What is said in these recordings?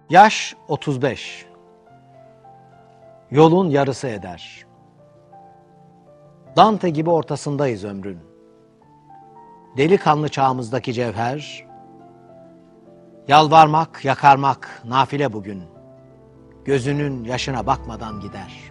Yaş 35. Yolun yarısı eder. Dante gibi ortasındayız ömrün. Delikanlı çağımızdaki cevher, yalvarmak, yakarmak nafile bugün. Gözünün yaşına bakmadan gider.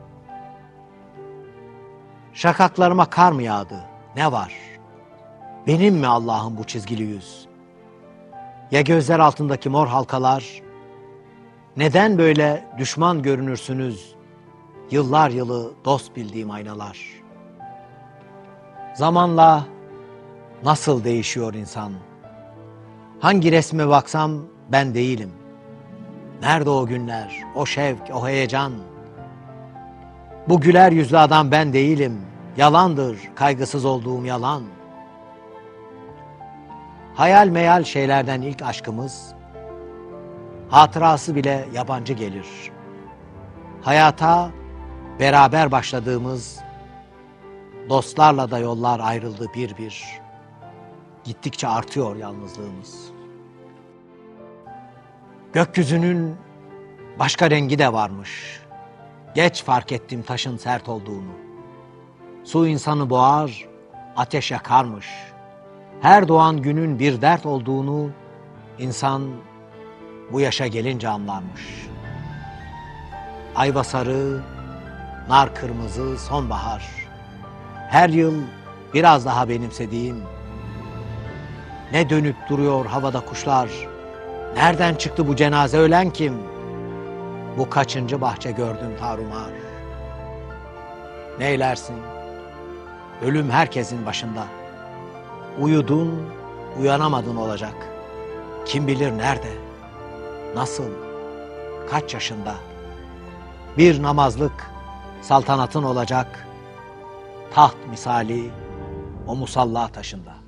Şakaklarıma kar mı yağdı? Ne var? Benim mi Allah'ım bu çizgili yüz? Ya gözler altındaki mor halkalar? Neden böyle düşman görünürsünüz? Yıllar yılı dost bildiğim aynalar. Zamanla nasıl değişiyor insan? Hangi resme baksam ben değilim. Nerede o günler, o şevk, o heyecan? Bu güler yüzlü adam ben değilim. Yalandır kaygısız olduğum yalan. Hayal meyal şeylerden ilk aşkımız, hatırası bile yabancı gelir. Hayata beraber başladığımız, dostlarla da yollar ayrıldı bir bir. Gittikçe artıyor yalnızlığımız. Gökyüzünün başka rengi de varmış. Geç fark ettim taşın sert olduğunu. Su insanı boğar, ateş yakarmış. Her doğan günün bir dert olduğunu insan bu yaşa gelince anlarmış. Ayva sarı, nar kırmızı, sonbahar. Her yıl biraz daha benimsediğim. Ne dönüp duruyor havada kuşlar. Nereden çıktı bu cenaze, ölen kim? Bu kaçıncı bahçe gördüm tarumar. Neylersin? Ölüm herkesin başında. Uyudun, uyanamadın olacak. Kim bilir nerede, nasıl, kaç yaşında. Bir namazlık saltanatın olacak. Taht misali o musalla taşında.